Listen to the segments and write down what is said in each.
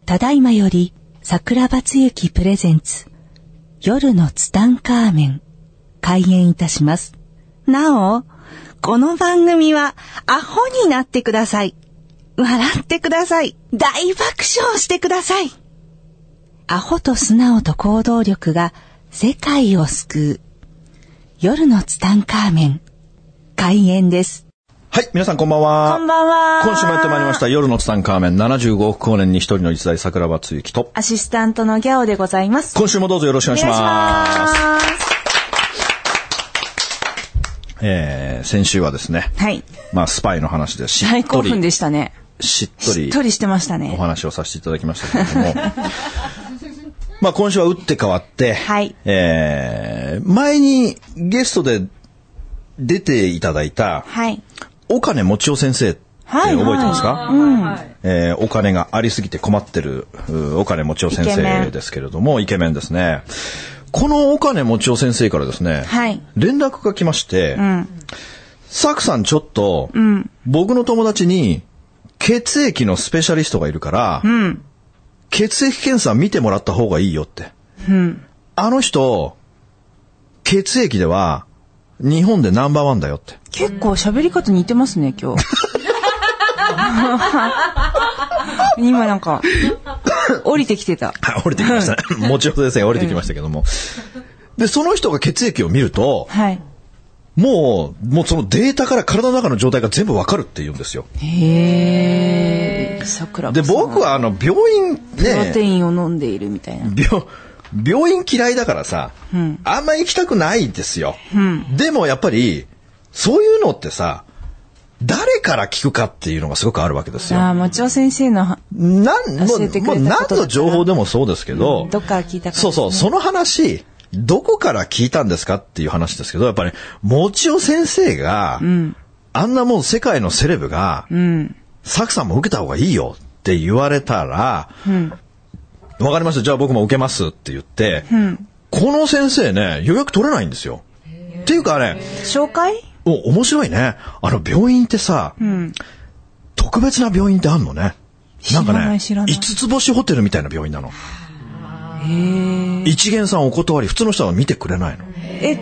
ただいまより桜庭つゆきプレゼンツ夜のツタンカーメン開演いたします。なお、この番組はアホになってください。笑ってください。大爆笑してください。アホと素直と行動力が世界を救う夜のツタンカーメン開演です。 はい、皆さんこんばんは。 こんばんは。 今週もやってまいりました夜のツタンカーメン75億光年に一人の一代桜庭つゆきとアシスタントのギャオでございます。 今週もどうぞよろしくお願いします。先週はですね、 はい、 スパイの話でしっとり大興奮でしたね。 しっとりしてましたね。 お話をさせていただきましたけれども今週は打って変わって、 はい、 前にゲストで出ていただいた、 はい、 岡根もちお先生って覚えてますか？お金がありすぎて困ってる岡根もちお先生ですけれども、イケメンですね。この岡根もちお先生からですね、 はい、 連絡が来まして、サクさんちょっと、僕の友達に血液のスペシャリストがいるから、血液検査見てもらった方がいいよって。あの人、血液では日本でナンバーワンだよって。 結構喋り方似てますね、今日。今なんか、降りてきてた。 降りてきましたね。もちろんですね、降りてきましたけども。で、その人が血液を見ると、 はい、もうそのデータから体の中の状態が全部わかるって言うんですよ。 へー。桜で、僕は病院ね、 プロテインを飲んでいるみたいな。 病院嫌いだからさ、あんま行きたくないんですよ。でもやっぱり、そういうのってさ、誰から聞くかっていうのがすごくあるわけですよ。 もちお先生の教えてくれたことだから。 何の情報でもそうですけど、 どっから聞いたか、ね。 そう、その話、どこから聞いたんですかっていう話ですけど、やっぱり、もちお先生が、あんなもう世界のセレブが、サクさんも受けた方がいいよって言われたら、わかりました。じゃあ僕も受けますって言って、この先生ね、予約取れないんですよ。っていうかね、 紹介？ 面白いね。病院ってさ、特別な病院ってあんのね。なんかね、5つ星ホテルみたいな病院なの。一元さんお断り、普通の人は見てくれないの。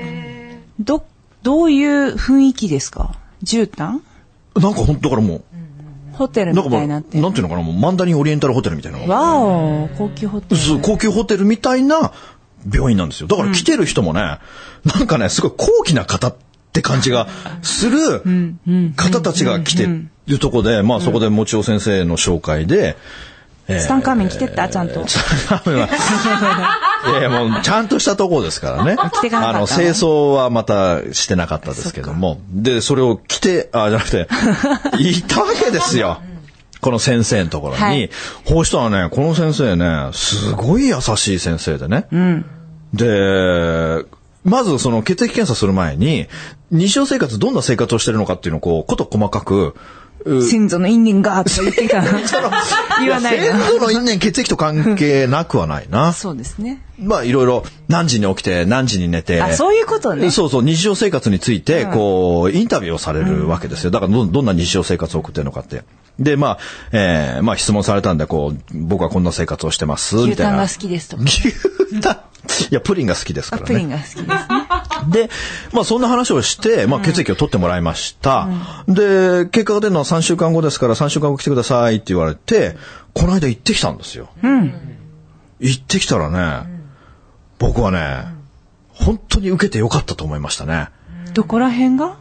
どういう雰囲気ですか？絨毯？ なんかだからもう、 ホテルみたいになってる。 なんていうのかな、もうマンダリンオリエンタルホテルみたいな。 わお、高級ホテル。 そう、高級ホテルみたいな病院なんですよ。だから来てる人もね、なんかね、すごい高貴な方って感じがする方たちが来てるとこで、そこでもちお先生の紹介で、 ツタンカーメン来てったちゃんと。 ツタンカーメンはいやもうちゃんとしたとこですからね。 来てかなかったの。 清掃はまたしてなかったですけども。で、それを着て、じゃなくて、いたわけですよ。この先生のところに。はい、こうしたらね、この先生ね、すごい優しい先生でね。で、まずその血液検査する前に、日常生活どんな生活をしてるのかっていうのをこと細かく、 先祖の因縁がとか言ってた言わないな。 先祖の因縁血液と関係なくはないな。 そうですね。 いろいろ何時に起きて何時に寝て。 そういうことね。 そう、日常生活についてインタビューをされるわけですよ。だからどんな日常生活を送ってるのかって。で、質問されたんで、僕はこんな生活をしてます、みたいな。 牛タンが好きですとか。 牛タンいや、プリンが好きですからね。 プリンが好きですね。 で、そんな話をして、血液を取ってもらいました。で、結果が出るのは3週間後ですから、3週間後来てくださいって言われて、この間行ってきたんですよ。行ってきたらね、僕はね、本当に受けてよかったと思いましたね。 どこら辺が？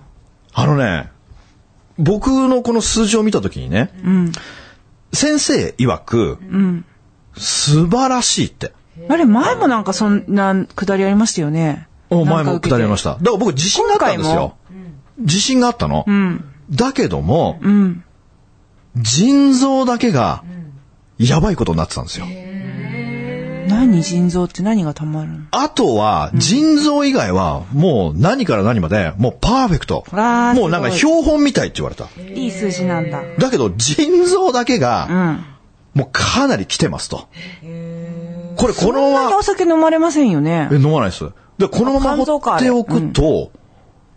僕のこの数字を見たときにね、先生曰く、素晴らしいって。 前もなんかそんなくだりありましたよね。 前もくだりありました。だから僕自信があったんですよ。自信があったの。だけども、腎臓だけがやばいことになってたんですよ。 何腎臓って何がたまるの？ あとは、腎臓以外はもう何から何までもうパーフェクト。もうなんか標本みたいって言われた。 いい数字なんだ。 だけど腎臓だけが、もうかなり来てますと。このまま。 そんなにお酒飲まれませんよね。 飲まないです。で、このまま放っておくと、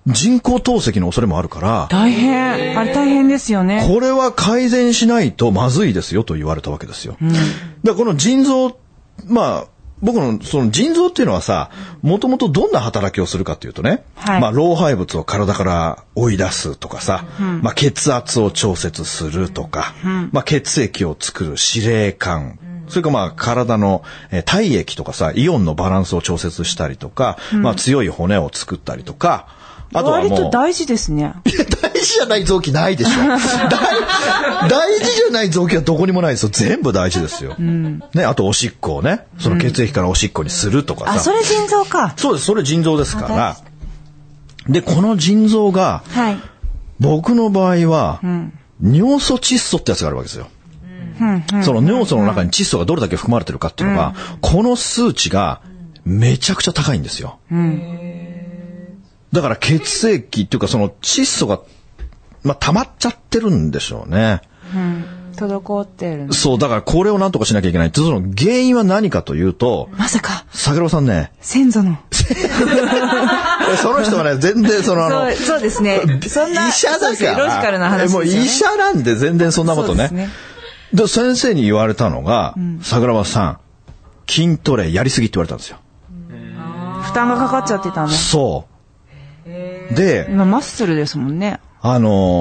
人工透析の恐れもあるから。 大変。あれ大変ですよね。 これは改善しないとまずいですよと言われたわけですよ。で、この腎臓、僕のその腎臓っていうのはさ、もともとどんな働きをするかっていうとね、老廃物を体から追い出すとかさ、血圧を調節するとか、血液を作る司令官、それから体の体液とかさ、イオンのバランスを調節したりとか、強い骨を作ったりとか、あとはもう。 割と大事ですね。 いや、大事じゃない臓器ないでしょ。大事じゃない臓器はどこにもないですよ。全部大事ですよ。ね、あとおしっこをね、その血液からおしっこにするとかさ。 あ、それ腎臓か。 そうです、それ腎臓ですから。で、この腎臓が、僕の場合は、尿素窒素ってやつがあるわけですよ。その尿素の中に窒素がどれだけ含まれてるかっていうのが、この数値がめちゃくちゃ高いんですよ。だから血液っていうかその窒素が、溜まっちゃってるんでしょうね。 滞ってる。 そう、だからこれをなんとかしなきゃいけない。その原因は何かというと、 まさか。 桜庭さんね。 先祖の。 その人はね、全然そうですね。そんな、 医者だから。 ロジカルな話ですよね。 もう医者なんで全然そんなことね。で、先生に言われたのが、桜庭さん、筋トレやりすぎって言われたんですよ。 負担がかかっちゃってたの。 そう。で、 今マッスルですもんね。 こ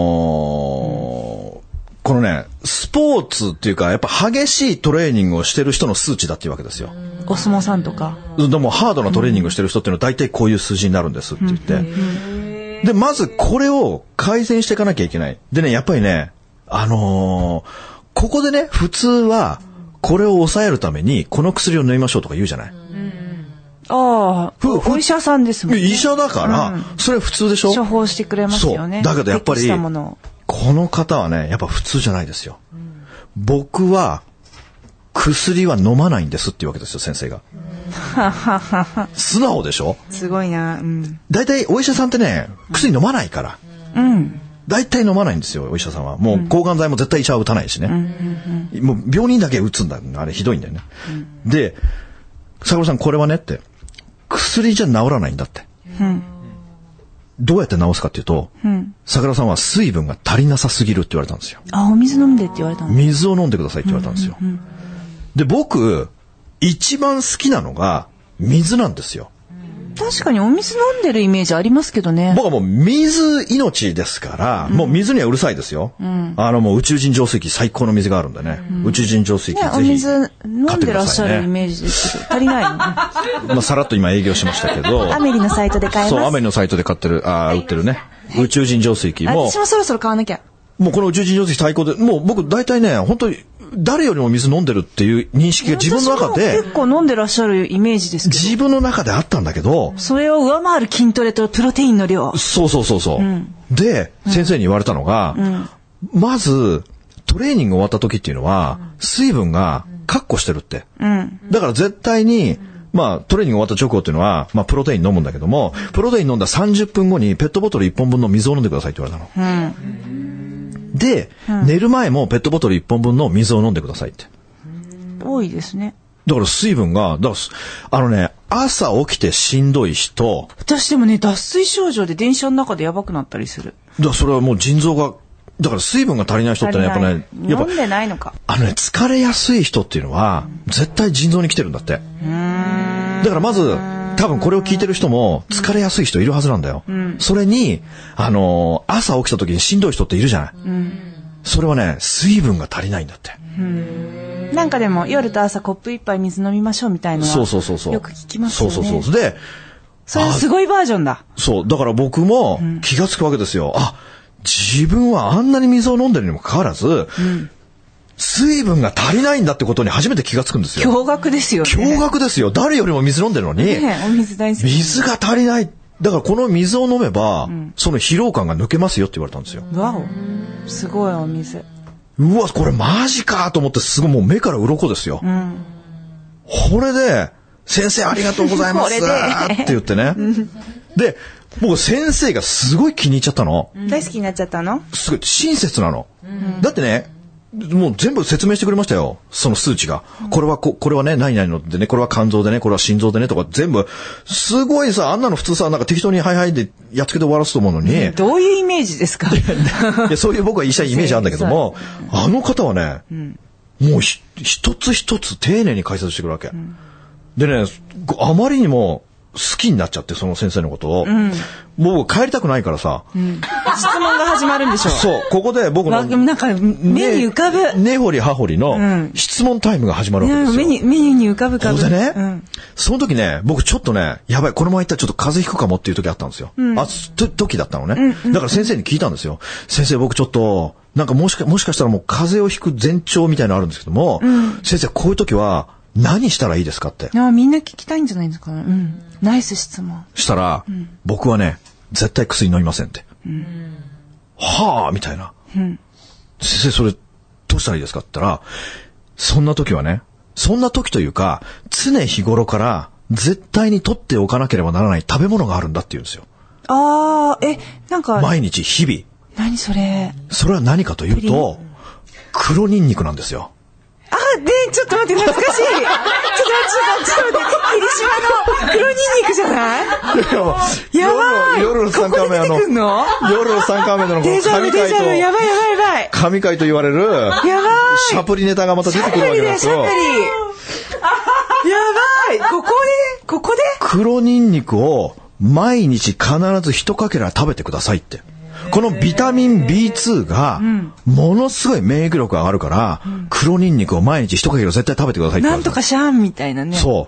のね、スポーツっていうか、やっぱ激しいトレーニングをしてる人の数値だっていうわけですよ。 お相撲さんとか。 でもハードなトレーニングをしてる人っていうのは大体こういう数字になるんですって言って。で、まずこれを改善していかなきゃいけない。でね、やっぱりね、ここでね、普通はこれを抑えるためにこの薬を飲みましょうとか言うじゃない。 ああ、お医者さんですもんね。 医者だから、それ普通でしょ。 処方してくれますよね。 そう。だけどやっぱり、この方はね、やっぱ普通じゃないですよ。僕は、薬は飲まないんですっていうわけですよ、先生が。素直でしょ。 すごいな。 だいたいお医者さんってね、薬飲まないから。だいたい飲まないんですよ、お医者さんは。もう抗がん剤も絶対医者は打たないしね。もう病人だけ打つんだ。あれひどいんだよね。で、桜庭さんこれはねって。薬じゃ治らないんだって。どうやって治すかっていうと、桜庭さんは水分が足りなさすぎるって言われたんですよ。 あ、お水飲んでって言われたの？ 水を飲んでくださいって言われたんですよ。で、僕、一番好きなのが水なんですよ。 確かにお水飲んでるイメージありますけどね。 僕はもう水命ですから、もう水にはうるさいですよ。もう宇宙人浄水器最高の水があるんでね。宇宙人浄水器ぜひ、 お水飲んでらっしゃるイメージですけど、足りないの？ さらっと今営業しましたけど。 アメリのサイトで買えます。 そう、アメリのサイトで買ってる、売ってるね。宇宙人浄水器も。 私もそろそろ買わなきゃ。 もうこの宇宙人浄水器最高で、もう僕大体ね、本当に、誰よりも水飲んでるっていう認識が自分の中で。 結構飲んでらっしゃるイメージですけど。 自分の中であったんだけど。 それを上回る筋トレとプロテインの量。 そう。で、先生に言われたのが、まず、トレーニング終わった時っていうのは、水分が確保してるって。だから絶対に、トレーニング終わった直後っていうのは、プロテイン飲むんだけども、プロテイン飲んだ30分後にペットボトル1本分の水を飲んでくださいって言われたの。で、寝る前もペットボトル1本分の水を飲んでくださいって。 多いですね。 だから水分が、朝起きてしんどい人。 私でもね、脱水症状で電車の中でやばくなったりする。 それはもう腎臓が、だから水分が足りない人ってね、やっぱね、 飲んでないのか。 疲れやすい人っていうのは、絶対腎臓に来てるんだって。だからまず、多分これを聞いてる人も疲れやすい人いるはずなんだよ。それに、朝起きた時にしんどい人っているじゃない。それはね、水分が足りないんだって。 なんかでも夜と朝コップ一杯水飲みましょうみたいなのはよく聞きますよね。 そう。で、 それすごいバージョンだ。 そう。だから僕も気がつくわけですよ。自分はあんなに水を飲んでるにもかかわらず、水分が足りないんだってことに初めて気がつくんですよ。 驚愕ですよね。 驚愕ですよ。誰よりも水飲んでるのに。 お水大好き。 水が足りない。だからこの水を飲めば、その疲労感が抜けますよって言われたんですよ。 わお。すごいお水。 うわ、これマジかと思ってすごいもう目から鱗ですよ。これで、先生ありがとうございますって言ってね。で、僕先生がすごい気に入っちゃったの。 大好きになっちゃったの？ すごい親切なの。だってね、 もう全部説明してくれましたよ。その数値が。これはね、何々のでね、これは肝臓でね、これは心臓でねとか全部、すごいさ、あんなの普通さ、なんか適当にはいはいでやっつけて終わらすと思うのに。 どういうイメージですか？ いや、そういう僕は医者イメージあるんだけども、あの方はね、もう一つ一つ丁寧に解説してくるわけ。でね、あまりにも好きになっちゃって、その先生のことを。もう帰りたくないからさ。 質問が始まるんでしょ。 そう、ここで僕の、 なんか目に浮かぶ。 根掘り葉掘りの質問タイムが始まるわけですよ。 目に浮かぶかぶ。 ここでね、その時ね、僕ちょっとね、やばい、このまま行ったらちょっと風邪ひくかもっていう時あったんですよ。時だったのね。だから先生に聞いたんですよ。先生、僕ちょっと、なんかもしかしたらもう風邪をひく前兆みたいなのあるんですけども、先生、こういう時は何したらいいですかって。 みんな聞きたいんじゃないですか。ナイス質問。 したら、僕はね、絶対薬飲みませんって。はぁ、みたいな。先生、それ、どうしたらいいですかって言ったら、そんな時はね、そんな時というか、常日頃から絶対に取っておかなければならない食べ物があるんだって言うんですよ。 なんか。 毎日、日々。 何それ？ それは何かというと、黒ニンニクなんですよ。 ちょっと待って、懐かしい。ちょっと待って、霧島の黒ニンニクじゃない？やばい。 夜の3回目夜の3回目のデジャブ、やばい。 神回と言われる、 やばい。 シャプリネタがまた出てくるわけですよ。 やばい。ここで黒ニンニクを毎日必ず一かけら食べてくださいって。このビタミン B2 がものすごい免疫力が上がるから、黒ニンニクを毎日一かけら絶対食べてくださいって。 なんとかシャンみたいなね。 そう。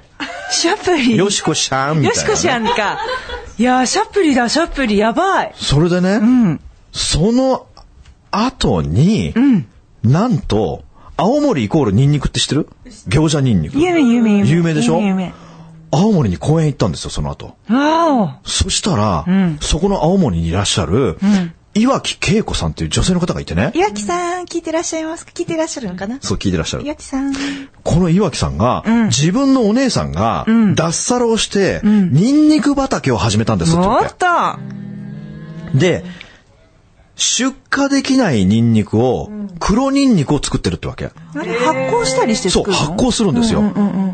シャプリ。 よしこシャンみたいな、ね。 よしこシャンか。いやー、シャプリやばい。 それでね、その後に、なんと、青森イコールニンニクって知ってる？餃子ニンニク。有名でしょ？青森に公園行ったんですよ、その後。そしたら、そこの青森にいらっしゃる、岩木恵子さんっていう女性の方がいてね。 岩木さん、聞いてらっしゃいますか？聞いてらっしゃるのかな？ そう、聞いてらっしゃる。 岩木さん。 この岩木さんが、自分のお姉さんが、脱サラをして、ニンニク畑を始めたんですって言って。で、出荷できないニンニクを、黒ニンニクを作ってるってわけ。 発酵したりして作るの？ そう、発酵するんですよ。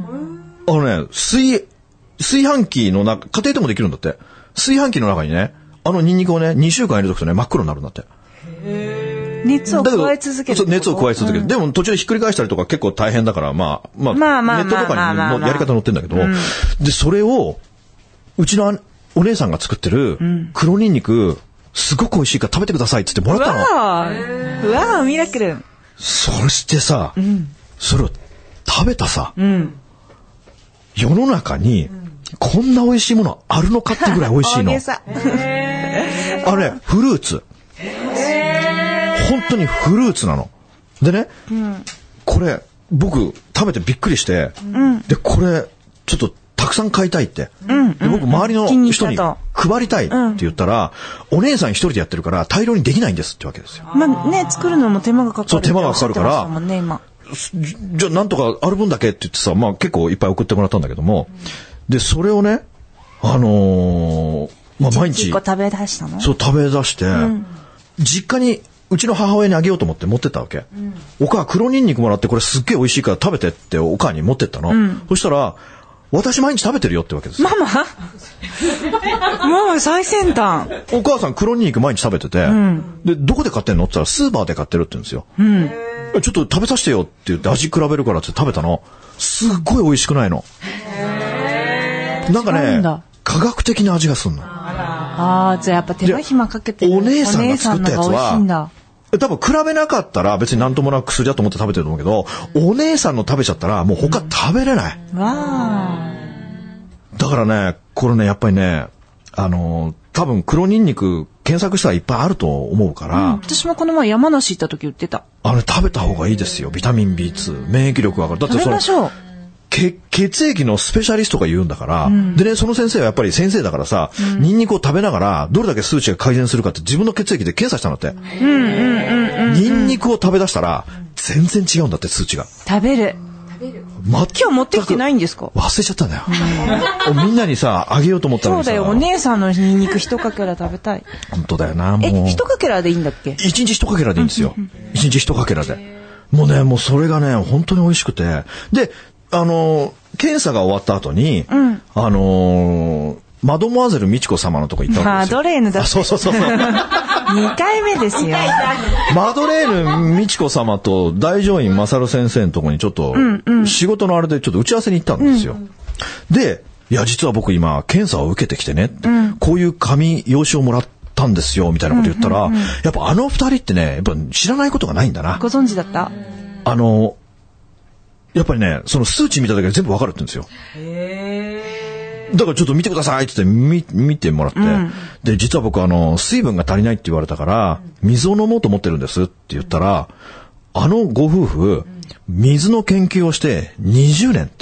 炊飯器の中、家庭でもできるんだって。炊飯器の中にね、ニンニクをね、2週間入れとくとね、真っ黒になるんだって。 熱を加え続ける。 そう、熱を加え続ける。でも途中でひっくり返したりとか結構大変だから、ネットとかにもやり方載ってんだけど、で、それを、うちのお姉さんが作ってる黒ニンニク、すごく美味しいから食べてくださいって言ってもらったの。 うわー、ミラクル。 そしてさ、それを食べたさ、世の中に、こんな美味しいものあるのかってぐらい美味しいの。フルーツ。本当にフルーツなの。でね、これ、僕、食べてびっくりして、で、これ、ちょっと、たくさん買いたいって。で僕、周りの人に配りたいって言ったら、お姉さん一人でやってるから、大量にできないんですってわけですよ。 作るのも手間がかかる。 そう、手間がかかるから、じゃあ、なんとかある分だけって言ってさ、結構いっぱい送ってもらったんだけども、で、それをね、毎日。 食べ出したの？ そう、食べ出して、実家に、うちの母親にあげようと思って持ってったわけ。お母黒ニンニクもらってこれすっげえ美味しいから食べてってお母に持ってったの。そしたら、私毎日食べてるよってわけですよ。 ママ最先端。 お母さん黒ニンニク毎日食べてて、で、どこで買ってんのって言ったらスーパーで買ってるって言うんですよ。ちょっと食べさせてよって言って味比べるからって食べたの。すっごい美味しくないの。なんかね、科学的な味がすんの。じゃあやっぱ手間暇かけてるお姉さんが作ったやつは、多分比べなかったら別になんともなく薬だと思って食べてると思うけど、お姉さんの食べちゃったらもう他食べれない。だからね、これね、やっぱりね、多分黒ニンニク検索したらいっぱいあると思うから。 私もこの前山梨行った時売ってた。 食べた方がいいですよ。ビタミン B2。免疫力が上がる。だって食べましょう。 血液のスペシャリストが言うんだから、でね、その先生はやっぱり先生だからさ、ニンニクを食べながら、どれだけ数値が改善するかって自分の血液で検査したんだって。ニンニクを食べ出したら、全然違うんだって、数値が。 食べる。今日持ってきてないんですか？ 忘れちゃったんだよ。みんなにさ、あげようと思ったのにさ。 そうだよ、お姉さんのニンニク一かけら食べたい。 本当だよな、もう。 一かけらでいいんだっけ？ 一日一かけらでいいんですよ。一日一かけらで。 もうね、もうそれがね、本当に美味しくて。で、検査が終わった後に、マドモアゼル美智子様のとこ行ったわけですよ。 マドレーヌだって。 そう。 2回目ですよ。 マドレーヌ美智子様と大乗院勝先生のとこにちょっと、仕事のあれでちょっと打ち合わせに行ったんですよ。で、いや、実は僕今、検査を受けてきてね、こういう用紙をもらったんですよ、みたいなこと言ったら、やっぱあの二人ってね、やっぱ知らないことがないんだな。 ご存知だった？ やっぱりね、その数値見ただけで全部わかるって言うんですよ。だからちょっと見てくださいって言って見てもらって、で、実は僕水分が足りないって言われたから、水を飲もうと思ってるんですって言ったら、ご夫婦、水の研究をして20年って。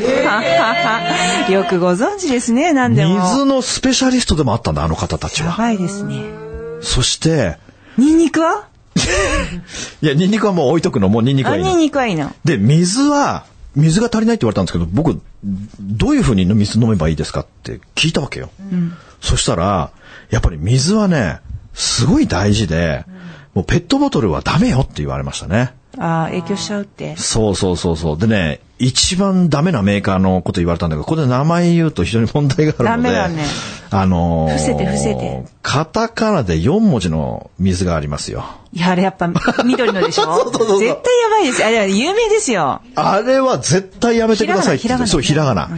よくご存知ですね、何でも。 水のスペシャリストでもあったんだ、あの方たちは。 やばいですね。 そして、 ニンニクは？ いや、ニンニクはもう置いとくの、もうニンニクはいいの。 ニンニクはいいの。 で、水が足りないって言われたんですけど、僕、どういう風に水飲めばいいですかって聞いたわけよ。そしたら、やっぱり水はね、すごい大事で、もうペットボトルはダメよって言われましたね。 ああ、影響しちゃうって。 そう。でね、一番ダメなメーカーのこと言われたんだけど、ここで名前言うと非常に問題があるので。 ダメだね。伏せて。 カタカナで4文字の水がありますよ。 いや、あれやっぱ緑のでしょ？ そう。 絶対やばいです。あれ有名ですよ。 あれは絶対やめてくださいって言って。そう、ひらがなで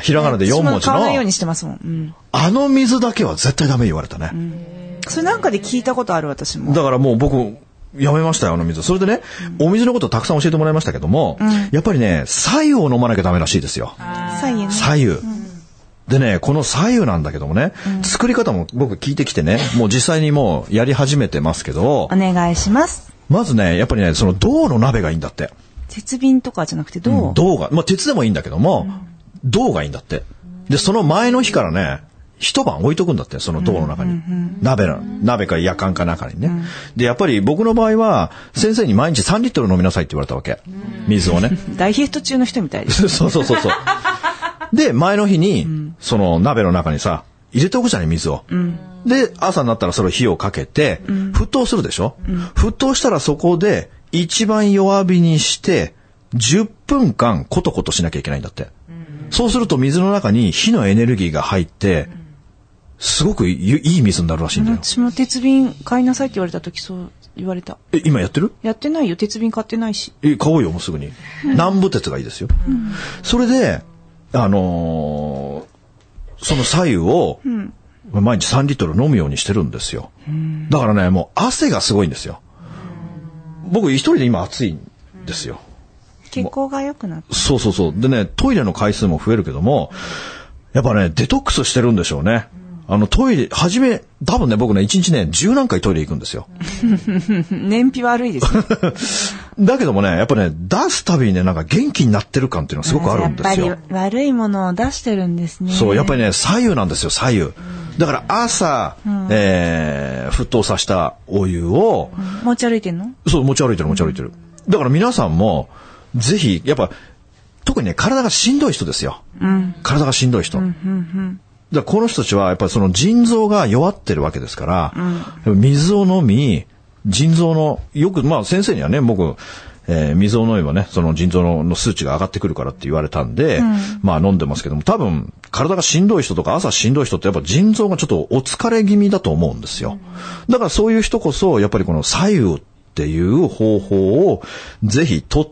4文字の。 買わないようにしてますもん。 あの水だけは絶対ダメ言われたね。 それなんかで聞いたことある、私も。 だからもう僕、やめましたよ、あの水。それでね、お水のことたくさん教えてもらいましたけども、やっぱりね、白湯を飲まなきゃダメらしいですよ。白湯。でね、この白湯なんだけどもね、作り方も僕聞いてきてね、もう実際にもうやり始めてますけど。 お願いします。 まずね、やっぱりね、その銅の鍋がいいんだって。 鉄瓶とかじゃなくて銅？ 銅が。まあ鉄でもいいんだけども、銅がいいんだって。で、その前の日からね、一晩置いとくんだって、その銅の中に。鍋か夜間か中にね。で、やっぱり僕の場合は、先生に毎日3リットル飲みなさいって言われたわけ。水をね。 ダイエット中の人みたいです。 そう。で、前の日に、その鍋の中にさ、入れておくじゃない、水を。で、朝になったらそれを火をかけて、沸騰するでしょ？沸騰したらそこで、一番弱火にして、10分間コトコトしなきゃいけないんだって。そうすると水の中に火のエネルギーが入って、すごくいい水になるらしいんだよ。 私も鉄瓶買いなさいって言われた時そう言われた。 今やってる？ やってないよ。鉄瓶買ってないし。 買おうよ、もうすぐに。南部鉄がいいですよ。それで、その白湯を、毎日3リットル飲むようにしてるんですよ。だからね、もう汗がすごいんですよ。僕一人で今暑いんですよ。 血行が良くなって。 そう。でね、トイレの回数も増えるけども、やっぱね、デトックスしてるんでしょうね。トイレ、多分ね、僕ね、1日ね、10何回トイレ行くんですよ。 燃費悪いですね。 だけどもね、やっぱね、出すたびにね、なんか元気になってる感っていうのはすごくあるんですよ。 やっぱり悪いものを出してるんですね。 そう、やっぱりね、白湯なんですよ、白湯。だから朝、沸騰させたお湯を、 持ち歩いてんの？ そう、持ち歩いてる。だから皆さんも、ぜひ、やっぱ、特にね、体がしんどい人ですよ。体がしんどい人。だからこの人たちはやっぱりその腎臓が弱ってるわけですから、水を飲み、腎臓の、よく、まあ先生にはね、僕、水を飲めばね、その腎臓の数値が上がってくるからって言われたんで、まあ飲んでますけども、多分、体がしんどい人とか朝しんどい人ってやっぱ腎臓がちょっとお疲れ気味だと思うんですよ。だからそういう人こそ、やっぱりこの白湯っていう方法をぜひ取って、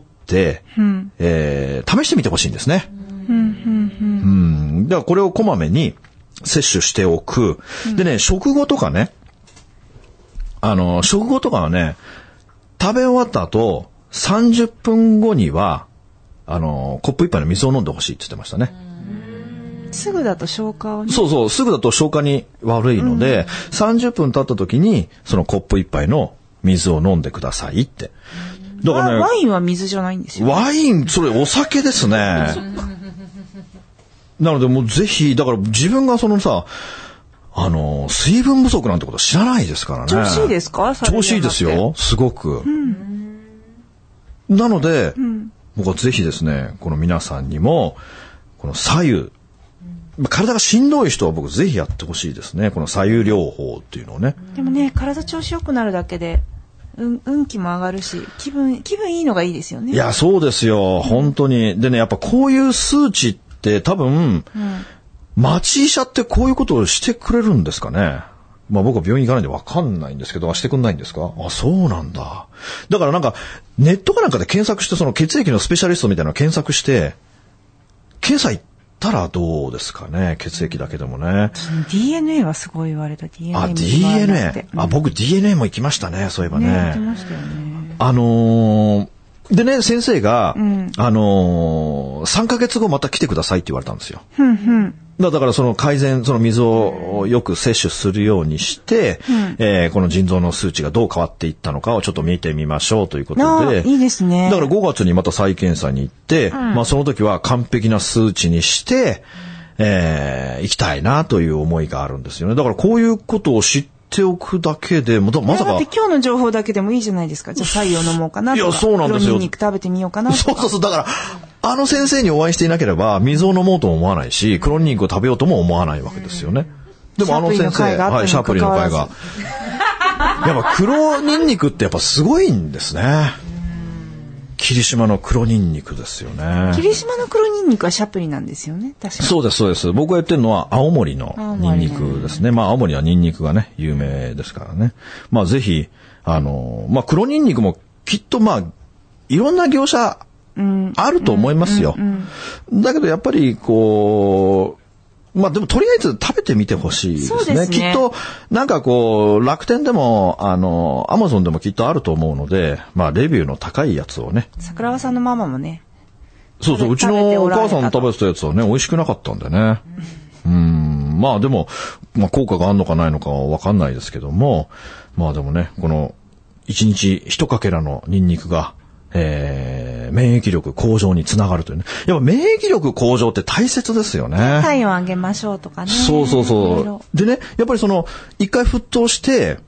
試してみてほしいんですね。だからこれをこまめに摂取しておく。でね、食後とかはね、食べ終わった後、30分後には、コップ一杯の水を飲んでほしいって言ってましたね。 すぐだと消化をね。 そう、すぐだと消化に悪いので、30分経った時に、そのコップ一杯の水を飲んでくださいって。だからね、 ワインは水じゃないんですよ。 ワイン、それお酒ですね。なのでもうぜひ、だから自分がそのさ、水分不足なんてこと知らないですからね。 調子いいですか？ 調子いいですよ。すごく。なので、僕はぜひですね、この皆さんにも、この白湯、体がしんどい人は僕ぜひやってほしいですね。この白湯療法っていうのをね。 でもね、体調子良くなるだけで、 運気も上がるし、気分いいのがいいですよね。 いや、そうですよ。本当に。でね、やっぱこういう数値って多分、町医者ってこういうことをしてくれるんですかね。まあ僕は病院行かないんでわかんないんですけど、してくんないんですか？あ、そうなんだ。だからなんか、ネットかなんかで検索して、その血液のスペシャリストみたいなのを検索して、検査行ったらどうですかね、血液だけでもね。 DNA はすごい言われた。DNA あ、DNA。僕 DNA も行きましたね、そういえばね。 行きましたよね。 でね、先生が、3ヶ月後また来てくださいって言われたんですよ。だからその改善、その水をよく摂取するようにして、この腎臓の数値がどう変わっていったのかをちょっと見てみましょうということで。 いいですね。 だから5月にまた再検査に行って、まあその時は完璧な数値にして、行きたいなという思いがあるんですよね。だからこういうことを知っておくだけで、まさか。 だって今日の情報だけでもいいじゃないですか。じゃあ白湯を飲もうかなとか。 いや、そうなんですよ。 黒ニンニク食べてみようかなとか。 そう。だから、先生にお会いしていなければ、水を飲もうとも思わないし、黒ニンニクを食べようとも思わないわけですよね。でも先生、はい、シャープリーの会が。やっぱ黒ニンニクってやっぱすごいんですね。霧島の黒ニンニクですよね。 霧島の黒ニンニクはシャプリなんですよね。確かに。 そうです。僕が言ってるのは青森のニンニクですね。まあ青森はニンニクがね、有名ですからね。まあぜひ、まあ黒ニンニクもきっとまあ、いろんな業者あると思いますよ。だけどやっぱりこう、まあでもとりあえず食べてみてほしいですね。 そうですね。 きっとなんかこう楽天でもアマゾンでもきっとあると思うので、まあレビューの高いやつをね。 桜庭さんのママもね。 そう、うちのお母さん食べてたやつはね美味しくなかったんでね。まあでもまあ効果があるのかないのかはわかんないですけども、まあでもねこの1日1かけらのニンニクが免疫力向上につながるというね。やっぱ免疫力向上って大切ですよね。 体温上げましょうとかね。 そう。でね、やっぱり一回沸騰して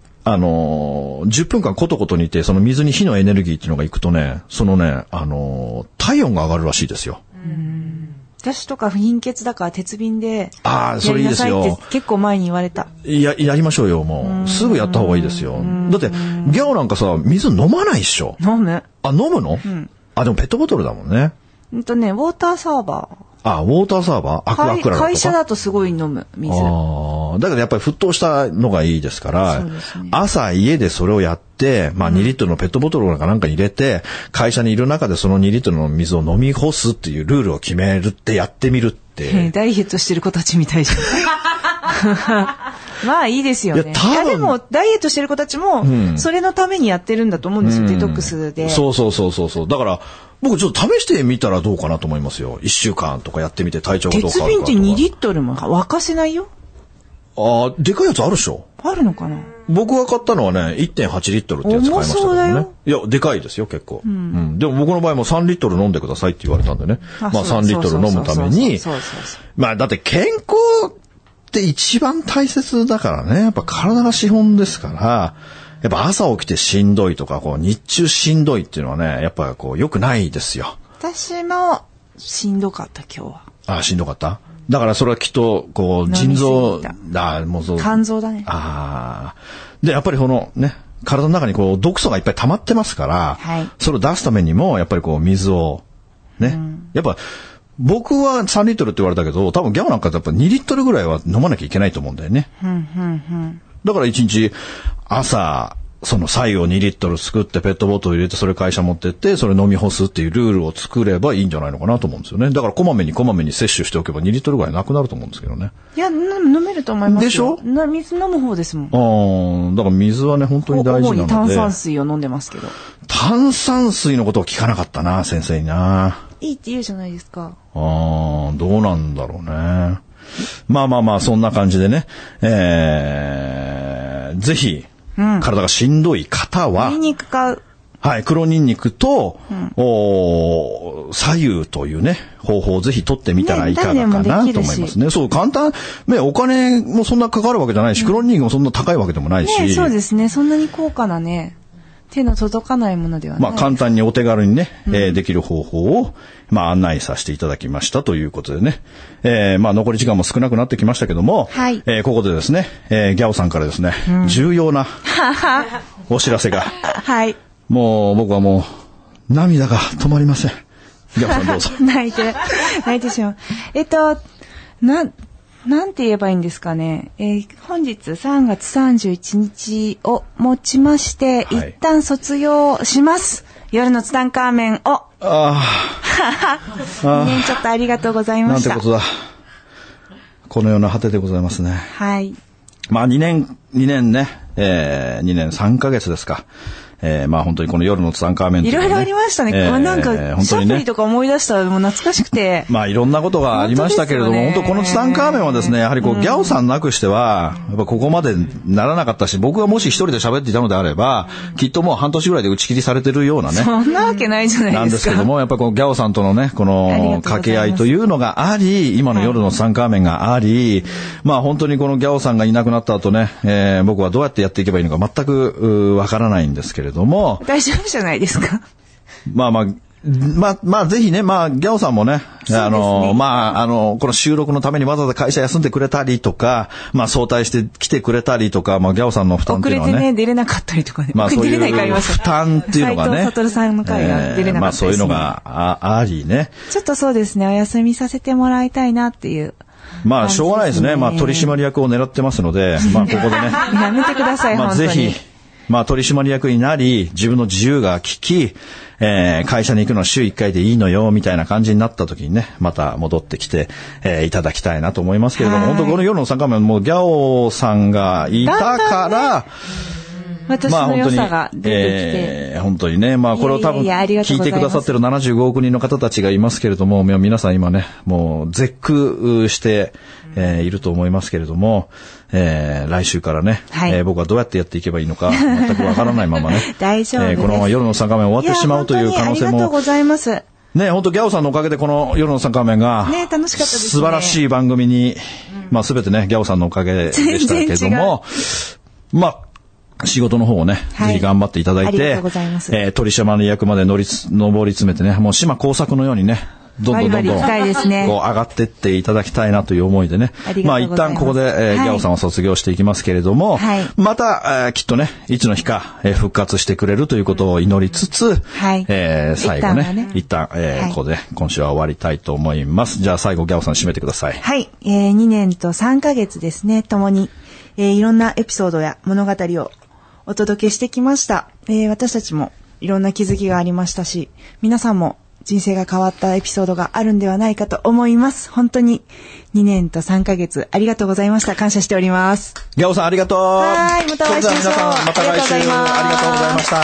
、10分間コトコト煮て、その水に火のエネルギーっていうのがいくとね、体温が上がるらしいですよ。 私とか不貧血だから鉄瓶でそれいいですよ。 結構前に言われた。 やりましょうよ、もう。すぐやった方がいいですよ。だって、ギャオなんかさ、水飲まないっしょ。 飲む。 飲むの？でもペットボトルだもんね。 ウォーターサーバー。 ウォーターサーバー？アクラとか。 会社だとすごい飲む、水。 だけどやっぱり沸騰したのがいいですから、ね、朝家でそれをやって、まあ2リットルのペットボトルなんかに入れて、会社にいる中でその2リットルの水を飲み干すっていうルールを決めるってやってみるって。 ダイエットしてる子たちみたいじゃん。まあいいですよね。いやでもダイエットしてる子たちも、それのためにやってるんだと思うんですよ、デトックスで。 そう。だから、僕ちょっと試してみたらどうかなと思いますよ。1週間とかやってみて体調がどうか。 鉄瓶って2リットルも沸かせないよ。 でかいやつあるでしょ？ あるのかな？ 僕が買ったのはね、1.8 リットルってやつ買いましたけどね。いや、でかいですよ、結構。でも僕の場合も3リットル飲んでくださいって言われたんでね。まあ3リットル飲むために。まあだって健康って一番大切だからね。やっぱ体が資本ですから、やっぱ朝起きてしんどいとか、日中しんどいっていうのはね、やっぱ良くないですよ。 私もしんどかった、今日は。 しんどかった？だからそれはきっと、腎臓、 肝臓だね。 で、やっぱり体の中に毒素がいっぱい溜まってますから、それを出すためにも、やっぱり水を、ね。やっぱ、僕は3リットルって言われたけど、多分ギャオなんかやっぱ2リットルぐらいは飲まなきゃいけないと思うんだよね。だから1日、朝、その白湯を2リットル作ってペットボトル入れてそれ会社持ってってそれ飲み干すっていうルールを作ればいいんじゃないのかなと思うんですよね。だからこまめに摂取しておけば2リットルぐらいなくなると思うんですけどね。 いや、飲めると思いますよ。でしょ？水飲む方ですもん。 だから水はね、本当に大事なので。主に炭酸水を飲んでますけど。 炭酸水のことを聞かなかったな、先生にな。 いいって言うじゃないですか。 どうなんだろうね。まあ、そんな感じでね。ぜひ、体がしんどい方は、 ニンニク買う。 はい、黒ニンニクと、左右というね、方法をぜひ取ってみたらいかがかなと思いますね。そう、簡単、ね、お金もそんなかかるわけじゃないし、黒ニンニクもそんな高いわけでもないし。 そうですね、そんなに高価なね、手の届かないものではない。 まあ、簡単にお手軽にね、できる方法を、案内させていただきましたということでね。残り時間も少なくなってきましたけども、ここでですね、ギャオさんからですね、重要なお知らせが。 はい。 もう僕はもう涙が止まりません。ギャオさんどうぞ。 泣いてしまう。なんて言えばいいんですかね。本日3月31日をもちまして、はい、一旦卒業します。夜のツタンカーメンを。2年ちょっとありがとうございました。 なんてことだ。このような果てでございますね。 はい。 まあ2年ね、2年3ヶ月ですか。まあ本当にこの夜のツタンカーメン、ね、 いろいろありましたね。なんか、シャプリとか思い出したらもう懐かしくて。 まあいろんなことがありましたけれども、本当このツタンカーメンはですね、やはりこう、ギャオさんなくしては、やっぱここまでならなかったし、僕がもし一人で喋っていたのであれば、きっともう半年ぐらいで打ち切りされてるようなね。 そんなわけないじゃないですか。 なんですけども、やっぱりこのギャオさんとのね、この掛け合いというのがあり、今の夜のツタンカーメンがあり、まあ本当にこのギャオさんがいなくなった後ね、僕はどうやってやっていけばいいのか全くわからないんですけれども。 大丈夫じゃないですか。 まあ、ぜひね、まあ、ギャオさんもね、この収録のためにわざわざ会社休んでくれたりとか、まあ、早退して来てくれたりとか、まあ、ギャオさんの負担っていうのはね。 遅れてね、出れなかったりとかね。 まあ、そういう負担っていうのがね。 斉藤悟さんの会が出れなかったですね。 まあ、そういうのがありね。 ちょっとそうですね、お休みさせてもらいたいなっていう。 まあ、しょうがないですね。まあ、取締役を狙ってますので、まあ、ここでね。 やめてください、 まあ、ぜひ。まあ、取締役になり、自分の自由が利き、会社に行くのは週1回でいいのよ、みたいな感じになった時にね、また戻ってきて、いただきたいなと思いますけれども、本当この夜の3回目もうギャオさんがいたから、 私の良さが出てきて、 本当にね、まあこれを多分聞いてくださってる75億人の方たちがいますけれども、皆さん今ね、もう絶句して、いると思いますけれども、来週からね、はい、僕はどうやってやっていけばいいのか全くわからないままね、 大丈夫です。 このまま夜の3回目終わってしまうという可能性も。 ありがとうございます。 ね、本当ギャオさんのおかげでこの夜の3回目が、 ね、楽しかったですね。 素晴らしい番組に、まあ全てね、ギャオさんのおかげでしたけども、まあ、仕事の方をね、はい、ぜひ頑張っていただいて、 ありがとうございます。 取締役まで上り詰めてね、もう島耕作のようにね、どんどんこう上がっていっていただきたいなという思いでね。まあ一旦ここで、ギャオさんを卒業していきますけれども、はい、また、きっとね、いつの日か、復活してくれるということを祈りつつ、はい、最後ね、一旦、ここで今週は終わりたいと思います。じゃあ最後ギャオさん締めてください。 はい、2年と3ヶ月ですね、共に、いろんなエピソードや物語をお届けしてきました。私たちもいろんな気づきがありましたし、皆さんも人生が変わったエピソードがあるんではないかと思います。本当に2年と3ヶ月ありがとうございました。感謝しております。 ギャオさんありがとう。 はい、またお会いしましょう。 皆さんまた来週ありがとうございました。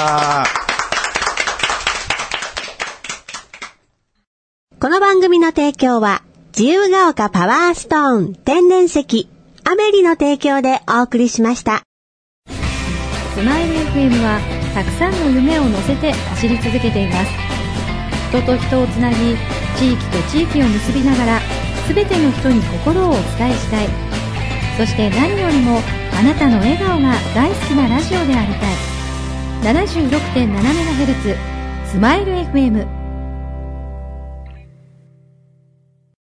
この番組の提供は自由が丘パワーストーン天然石アメリの提供でお送りしました。 スマイル FM はたくさんの夢を乗せて走り続けています。人と人をつなぎ、地域と地域を結びながら全ての人に心をお伝えしたい。そして何よりもあなたの笑顔が大好きなラジオでありたい。 76.7MHz スマイル FM